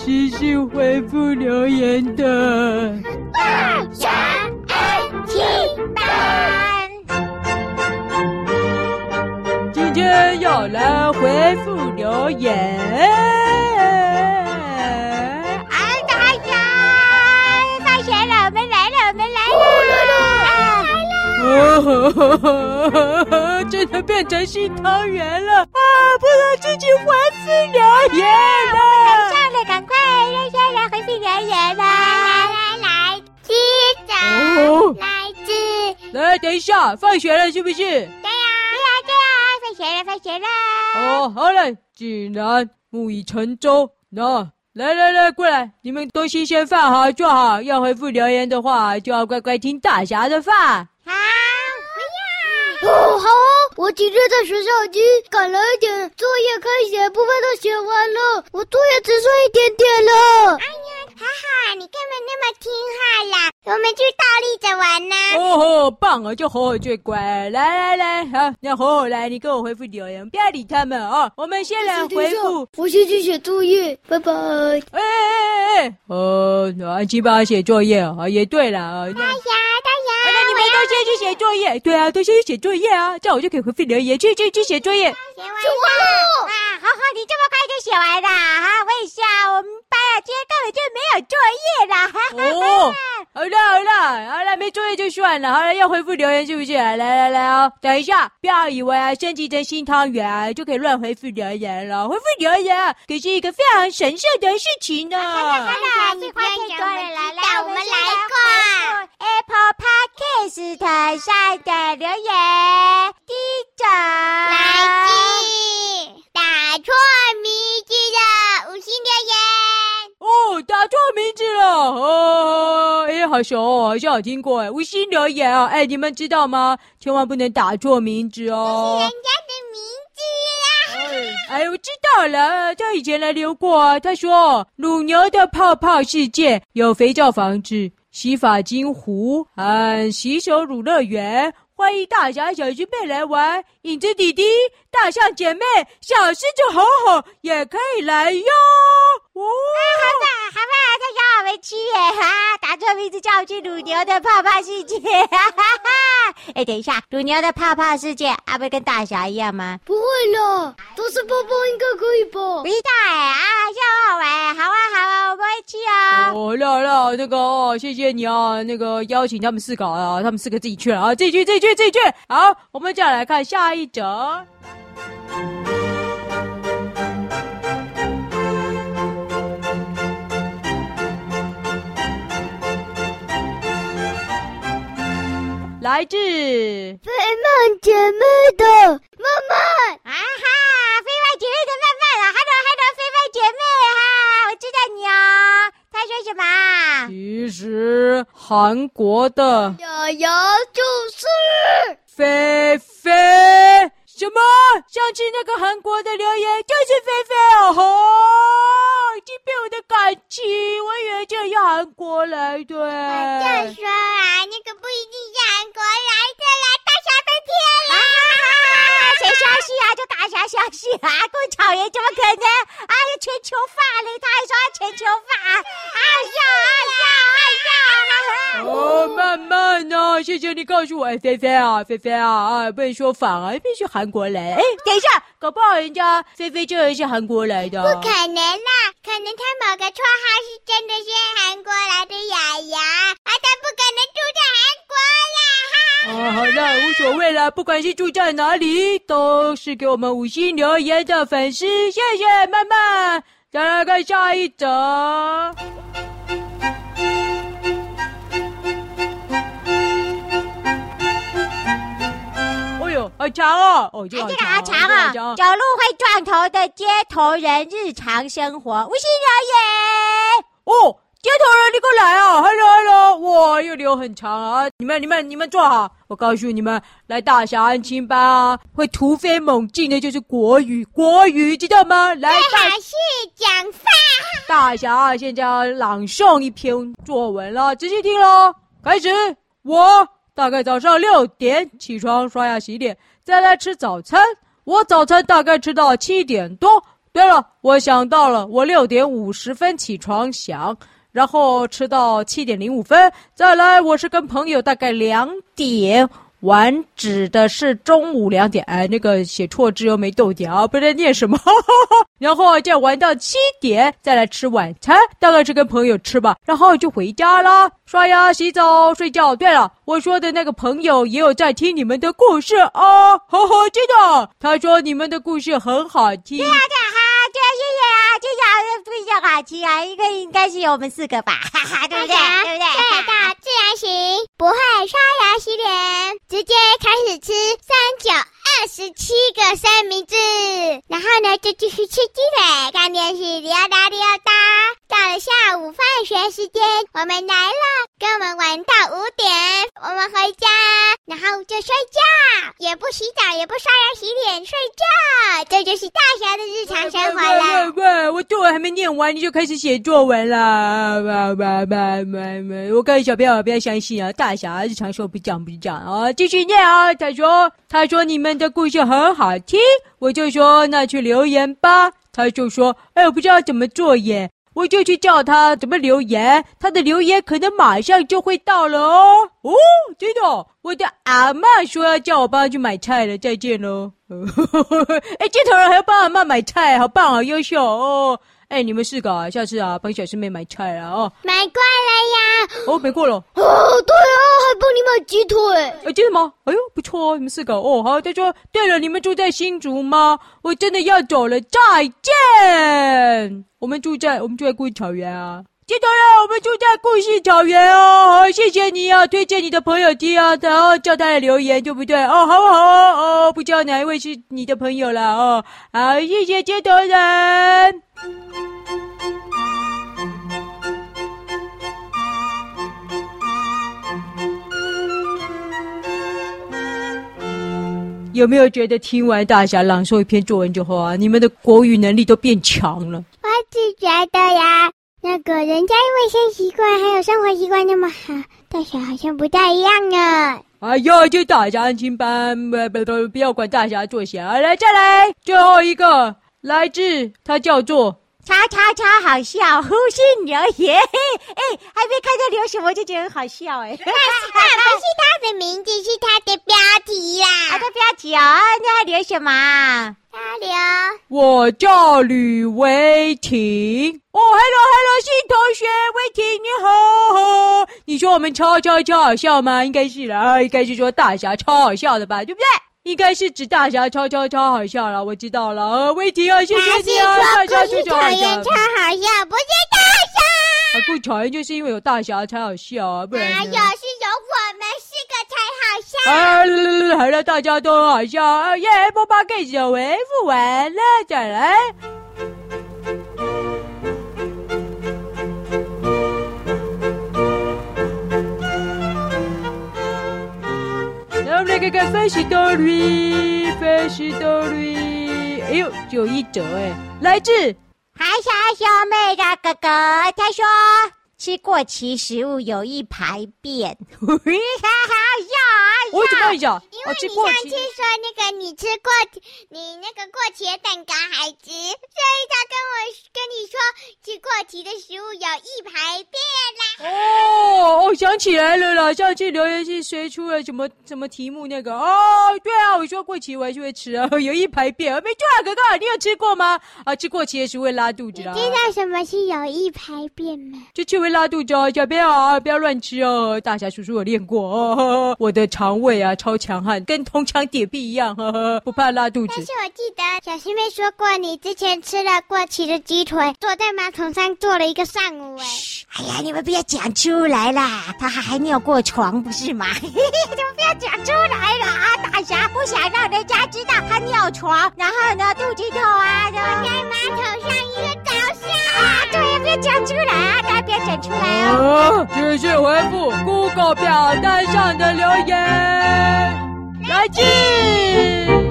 持续回复留言的大侠安亲班。 今天要来回复留言。 大侠，放学了，我们来了。 真的变成新汤圆了啊！不能自己回复留言了。 上了，赶快让下来回复留言了。来，接着来自。 来，等一下，放学了是不是？ 对呀，放学了。 哦，好了，既然木已成舟，那来，过来，你们都新鲜饭好做好。要回复留言的话，就要乖乖听大侠的饭。 好， 好啊！我今天在学校已经赶了一点作业，可以写部分都写完了，我作业只剩一点点了。 哎呀，好，你干嘛那么听话啦？我们去倒立着玩呢。 哦，棒啊！就吼最乖。来，好，那吼来，你跟我回复留言，不要理他们啊。我们先来回复。 我先去写作业，拜拜。 安琪帮他写作业啊，也对了。 大侠， 那你们都先去写作业。对啊，都先去写作业啊，这样我就可以回复留言。去写作业。 写完了啊！好，你这么快就写完了哈？问一下，我们班今天根本就没有作业啦。 好了，没作业就算了。好了，要回复留言是不是？来哦，等一下，不要以为升级成新汤圆就可以乱回复留言了。回复留言可是一个非常神圣的事情呢。 好了，废话太多了，来，我们来过 Apple Podcast 上的留言。第一种来自打错名字的5星留言。 打错名字了好熟哦，好像有听过5星留言啊。你们知道吗？千万不能打错名字哦。 是人家的名字我知道了，他以前来留过啊。他说乳牛的泡泡世界有肥皂房子、洗发精壶和洗手乳乐园，欢迎大侠小师妹来玩。影子弟弟、大象姐妹、小狮子吼吼也可以来哟。 好棒，他邀我们去耶！打错名字叫我去乳牛的泡泡世界。等一下，乳牛的泡泡世界不会跟大侠一样吗？ 不会了，都是泡泡，应该可以吧？ 不知道笑好玩。好啊，我们会去哦。 好，那个谢谢你啊，那个邀请他们4个啊，他们4个自己去了啊，自己去。好，我们再来看下一则。来自菲曼姐妹的慢慢菲曼姐妹的慢慢，Hello，菲曼姐妹我知道你哦。他说什么？ 其实韩国的雅雅就是菲菲。什么？上次那个韩国的留言就是菲菲已经被我的感情，我以为这要韩国来的。 就说那个不一定是韩国来的啦，大侠被骗了。谁相信就大侠相信顾草原怎么可能要全球化了，他还说要全球化。 慢慢谢谢你告诉我。菲菲不能说反必须韩国来。等一下，搞不好人家菲菲就是韩国来的。 不可能啦，可能他某个绰号是真的是韩国来的雅雅他不可能住在韩国啦。 好了，无所谓了，不管是住在哪里，都是给我们5星留言的粉丝，谢谢慢慢。再来看下一则。好长这个好长走路会撞头的街头人日常生活5星留言。 街头人你给我来Hello， 哇，又留很长啊！你们坐好，我告诉你们，来大侠安亲班会突飞猛进的就是国语知道吗？来， 最好是讲法。 大侠现在要朗诵一篇作文了，仔细听咯。开始，我大概早上6点起床刷牙洗脸，再来吃早餐。我早餐大概吃到7点多， 对了，我想到了，我6点50分起床想，然后吃到7点05分，再来我是跟朋友大概2点。玩指的是中午2点，那个写错字又没逗点啊，不知道念什么。然后再玩到7点，再来吃晚餐，大概是跟朋友吃吧，然后就回家啦，刷牙、洗澡、睡觉。对了，我说的那个朋友也有在听你们的故事啊，呵呵，真的，他说你们的故事很好听。 对啊，谢谢啊，非常好听啊，应该是有我们4个吧，哈哈，对不对？对不对？睡到自然醒，不会刷牙洗脸，直接开始吃3927个三明治，然后呢就继续吃鸡腿，看电视溜达溜达。到了下午放学时间，我们来了，跟我们玩到5点，我们回家，然后就睡觉，也不洗澡，也不刷牙洗脸，睡觉，这就是大侠的日常生活了。 喂，我作文还没念完，你就开始写作文啦！我跟小朋友不要相信啊，大侠日常生活不讲啊，继续念啊。他说你们的故事很好听，我就说那去留言吧。他就说，我不知道怎么做耶。我就去叫他怎么留言，他的留言可能马上就会到了哦。哦，真的，我的阿嬷说要叫我帮他去买菜了，再见咯。街头人还要帮阿嬷买菜，好棒，好优秀哦。你们4个啊，下次啊帮小师妹买菜啊哦。 买过了呀。 哦，买过了。 对啊，还帮你买鸡腿。 真的吗？哎呦，不错哦，你们4个哦。好，他说，对了，你们住在新竹吗？我真的要走了，再见。我们住在故事草原啊。接头人，我们住在故事草原哦。谢谢你啊，推荐你的朋友听啊，然后叫他来留言，对不对？哦，好哦，不知道哪一位是你的朋友啦哦。好，谢谢接头人。有没有觉得听完大侠朗诵一篇作文之后啊，你们的国语能力都变强了？ 我只觉得呀，那个人家卫生习惯还有生活习惯那么好，大侠好像不太一样呢。 哎呀，这大侠安亲班，不要管大侠作侠。来，再来最后一个，来自他叫做超好笑，呼信留言。还没看到留什么就觉得很好笑那是他的名字，是他的标题啦。他的标题哦，那他留什么？他留我叫吕维婷。哦 ，Hello， 新同学，维婷你好。你说我们超好笑吗？应该是啦，应该是说大侠超好笑的吧，对不对？应该是指大侠超好笑了，我知道了。维婷啊，谢谢你啊，大侠就超好笑， 超好笑，不是大侠。 故事草原就是因为有大侠才好笑啊，不然是有我们4个才好笑。好了，大家都很好笑。耶，Apple Podcast 回复完了，再来。我们来看看分析道理。哎呦，只有1则来自海小小妹的哥哥，他说吃过期食物有益排便。好笑。 我怎么讲？ 因为你上次说那个你那个过期的蛋糕还吃，所以他跟你说吃过期的食物有益排便啦。 我想起来了啦，上次留言是谁出了什么题目那个对啊，我说过期我还是会吃啊，有益排便，没错啊，哥哥，你有吃过吗？吃过期的食物会拉肚子啦。 你知道什么是有益排便吗？ 就吃会拉肚子哦，小朋友啊，不要乱吃哦。大侠叔叔有练过哦，我的肠胃啊超强悍，跟铜墙铁壁一样，不怕拉肚子。 但是我记得小师妹说过，你之前吃了过期的鸡腿，坐在马桶上坐了1个上午。哎呀，你们不要讲出来啦，他还尿过床不是吗？你们不要讲出来了啊！大侠不想让人家知道他尿床，然后呢肚子痛啊，然后在马桶上1个早上啊！对，不要讲出来啊，大家不要讲出来哦。 继续回复 Google 表单上的留言，来自